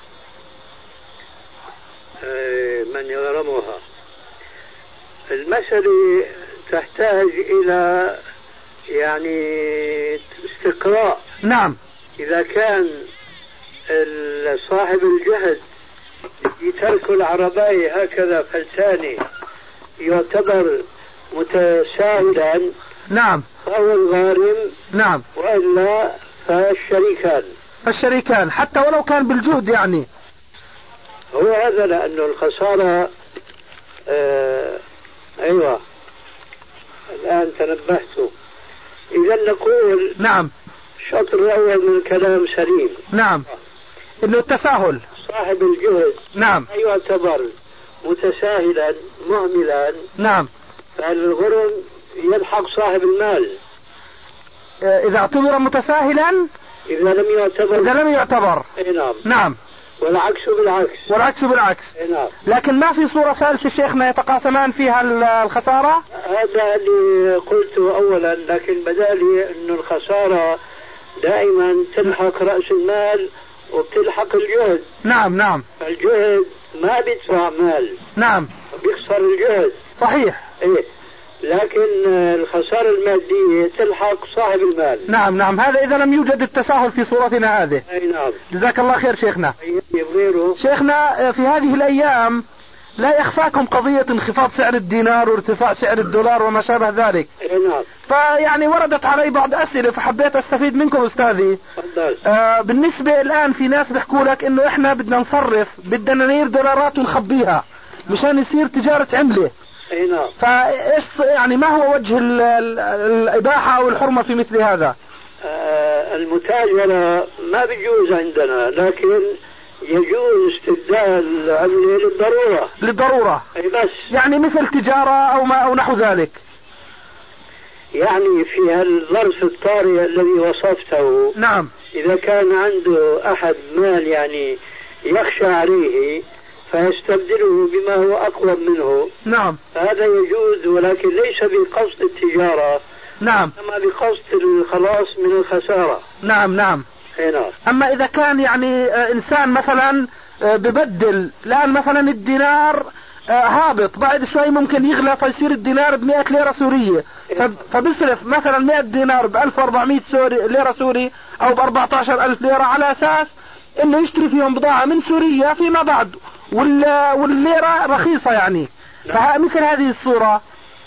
ايه من يغرمها؟ المسألة تحتاج الى يعني استقراء. نعم. اذا كان صاحب الجهد يترك العرباي هكذا فلتاني يعتبر متساهلا. نعم. فهو الغارم. نعم. وإلا فالشريكان. فالشريكان حتى ولو كان بالجهد يعني. هو هذا لأنه الخسارة آه أيوة الآن تنبهت. إذا نقول نعم الشطر الأول من الكلام سليم. نعم إنه التساهل. صاحب الجهد نعم يعتبر متساهلا مهملا. نعم. فالغرم يلحق صاحب المال إذا اعتبر متساهلا. إذا لم يعتبر. إذا لم يعتبر. أي نعم. نعم. والعكس بالعكس. والعكس بالعكس. أي نعم. لكن ما في صورة ثالثة شيخنا يتقاسمان فيها الخسارة؟ هذا اللي قلته أولا لكن بدالي أنه الخسارة دائما تلحق رأس المال وبتلحق الجهد. نعم نعم. الجهد ما بيدفع مال. نعم. بيخسر الجهد. صحيح. إيه لكن الخسارة المادية تلحق صاحب المال. نعم نعم. هذا إذا لم يوجد التساهل في صورتنا هذه. أي نعم. جزاك الله خير شيخنا. غيره. شيخنا في هذه الأيام لا يخفاكم قضية انخفاض سعر الدينار وارتفاع سعر الدولار وما شابه ذلك. أي نعم. فيعني وردت علي بعض أسئلة فحبيت أستفيد منكم أستاذي. آه بالنسبة الآن في ناس بيحكوا لك إنه إحنا بدنا نصرف بالدنانير دولارات ونخبيها مشان يصير تجارة عملة. اي نعم. فايش يعني ما هو وجه ال ال الاباحه او الحرمه في مثل هذا؟ آه المتاجره ما بيجوز عندنا لكن يجوز استبدال العمله للضروره. للضروره. اي بس. يعني مثل تجاره او ما او نحو ذلك. يعني في هالظرف الطارئ الذي وصفته. نعم. اذا كان عنده احد مال يعني يخشى عليه فيستبدله بما هو أقوى منه. نعم. هذا يجوز ولكن ليس بقصد التجارة. نعم. أما بقصد الخلاص من الخسارة. نعم نعم. نعم. أما إذا كان يعني إنسان مثلا ببدل الآن مثلا الدينار هابط بعد شوي ممكن يغلى فيصير الدينار بمئة ليرة سورية فبصرف مثلا مئة دينار بألف وأربعمائة ليرة سوري أو بأربعة عشر ألف ليرة على أساس إنه يشتري فيهم بضاعة من سوريا فيما بعد والليرة رخيصة يعني. فمثل هذه الصورة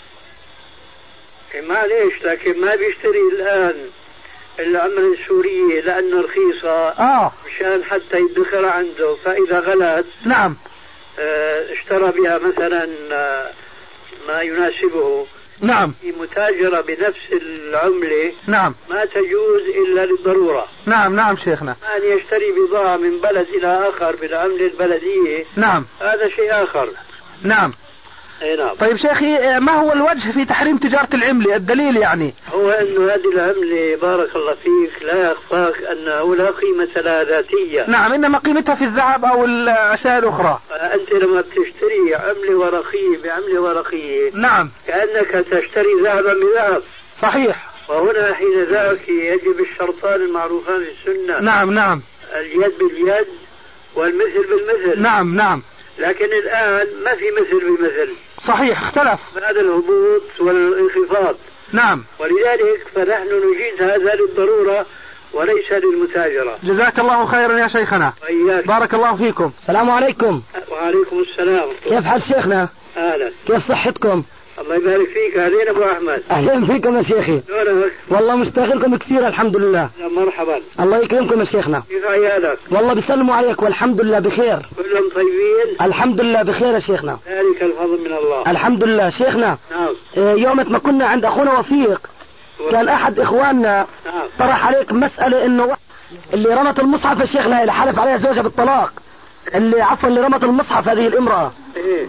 معليش لكن ما بيشتري الآن العملة السورية لأنه رخيصة آه. مشان حتى يدخر عنده فإذا غلت. نعم. اه اشترى بها مثلا ما يناسبه. نعم. في متاجرة بنفس العملة. نعم. ما تجوز إلا للضرورة. نعم نعم شيخنا. أن يشتري بضاعة من بلد إلى آخر بالعملة البلدية. نعم. هذا شيء آخر. نعم. اي نعم. طيب شيخي، ما هو الوجه في تحريم تجارة العملة؟ الدليل يعني هو انه هذه العملة بارك الله فيك لا يخفاك انه لا قيمة لها ذاتية. نعم، انما قيمتها في الذهب او الاشياء الاخرى. انت لما بتشتري عملة ورقية بعملة ورقية نعم كأنك تشتري ذهبا بذهب. صحيح. وهنا حين ذاك يجب الشرطان المعروفان في السنة. نعم نعم. اليد باليد والمثل بالمثل. نعم نعم. لكن الآن ما في مثل بالمثل. صحيح، اختلف هذا الهبوط والانخفاض. نعم. ولذلك فنحن نجيز هذا للضرورة وليس للمتاجرة. جزاك الله خيرا يا شيخنا. وإياك. بارك الله فيكم. السلام عليكم. وعليكم السلام. كيف حال شيخنا؟ أهلا. كيف صحتكم؟ الله يبارك فيك. أهلين أبو أحمد. أهلا فيكم يا شيخي. دورك. والله مشتاق لكم كثير الحمد لله. مرحبا. الله يكرمكم يا شيخنا. كيف عيالك؟ والله بيسلموا عليك والحمد لله بخير. كلهم طيبين؟ الحمد لله بخير يا شيخنا. ذلك الفضل من الله. الحمد لله. شيخنا نعم. يوم ما كنا عند أخونا وفيق كان أحد إخواننا نعم. طرح عليك مسألة إنه اللي رمت المصحف يا شيخنا اللي حلف عليها زوجها بالطلاق، اللي عفوا اللي رمت المصحف هذه الامرأة. إيه.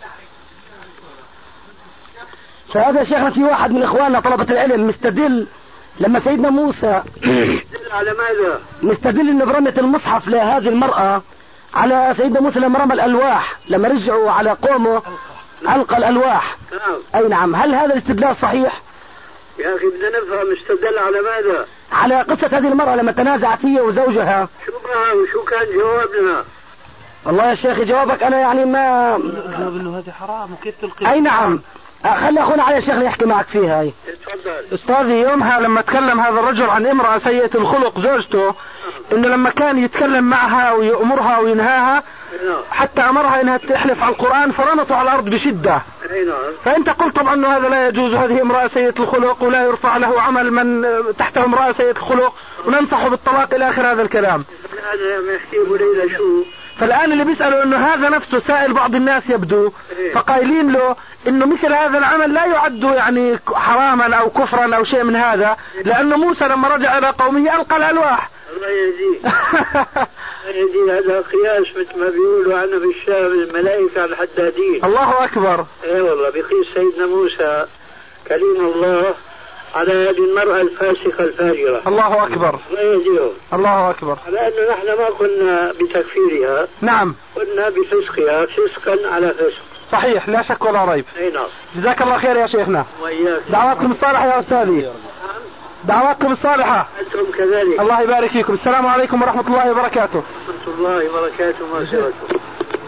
فهذا يا شيخنا في واحد من إخواننا طلبة العلم مستدل لما سيدنا موسى على ماذا؟ مستدل إنه برمة المصحف لهذه المرأة على سيدنا موسى لما رمى الألواح، لما رجعوا على قومه ألقى الألواح. نعم. أي نعم. هل هذا الاستدلال صحيح؟ يا أخي بدنا نفهم استدل على ماذا؟ على قصة هذه المرأة لما تنازعت هي وزوجها. شو بها وشو كان جوابنا؟ والله يا شيخ جوابك أنا يعني ما قلنا إنه هذه حرام وكيف تلقي. أي نعم. خلي أخونا علي شيخنا يحكي معك فيها. هاي تفضل. أستاذي، يومها لما تكلم هذا الرجل عن امرأة سيئة الخلق زوجته، إنه لما كان يتكلم معها ويأمرها وينهاها حتى أمرها إنها تحلف على القرآن فرمته على الأرض بشدة. فأنت قلت طبعا أنه هذا لا يجوز، هذه امرأة سيئة الخلق ولا يرفع له عمل من تحته امرأة سيئة الخلق وننصحه بالطلاق إلى آخر هذا الكلام. فالآن اللي بيسألوا إنه هذا نفسه سائل بعض الناس يبدو، فقايلين له إنه مثل هذا العمل لا يعد يعني حراما أو كفرا أو شيء من هذا، لأنه موسى لما رجع إلى قومه ألقى الألواح. الله يهديه. يهديه. هذا قياس مثل ما بيقولوا عنه في الشام الملائكة الحدادين. الله أكبر. إيه والله بيقيس سيدنا موسى كليم الله على هذه المرأة الفاسقة الفاجرة. الله أكبر. الله يهديه. الله أكبر. على أنه نحن ما قلنا بتكفيرها. نعم. قلنا بفسقها فسقا على فسق. صحيح لا شك ولا ريب. أي نعم. جزاك الله خير يا شيخنا. وإياك. دعواتكم الصالحة يا أستاذي. دعواتكم الصالحة. أنتم كذلك. الله يبارك فيكم. السلام عليكم ورحمة الله وبركاته. ورحمة الله وبركاته. ما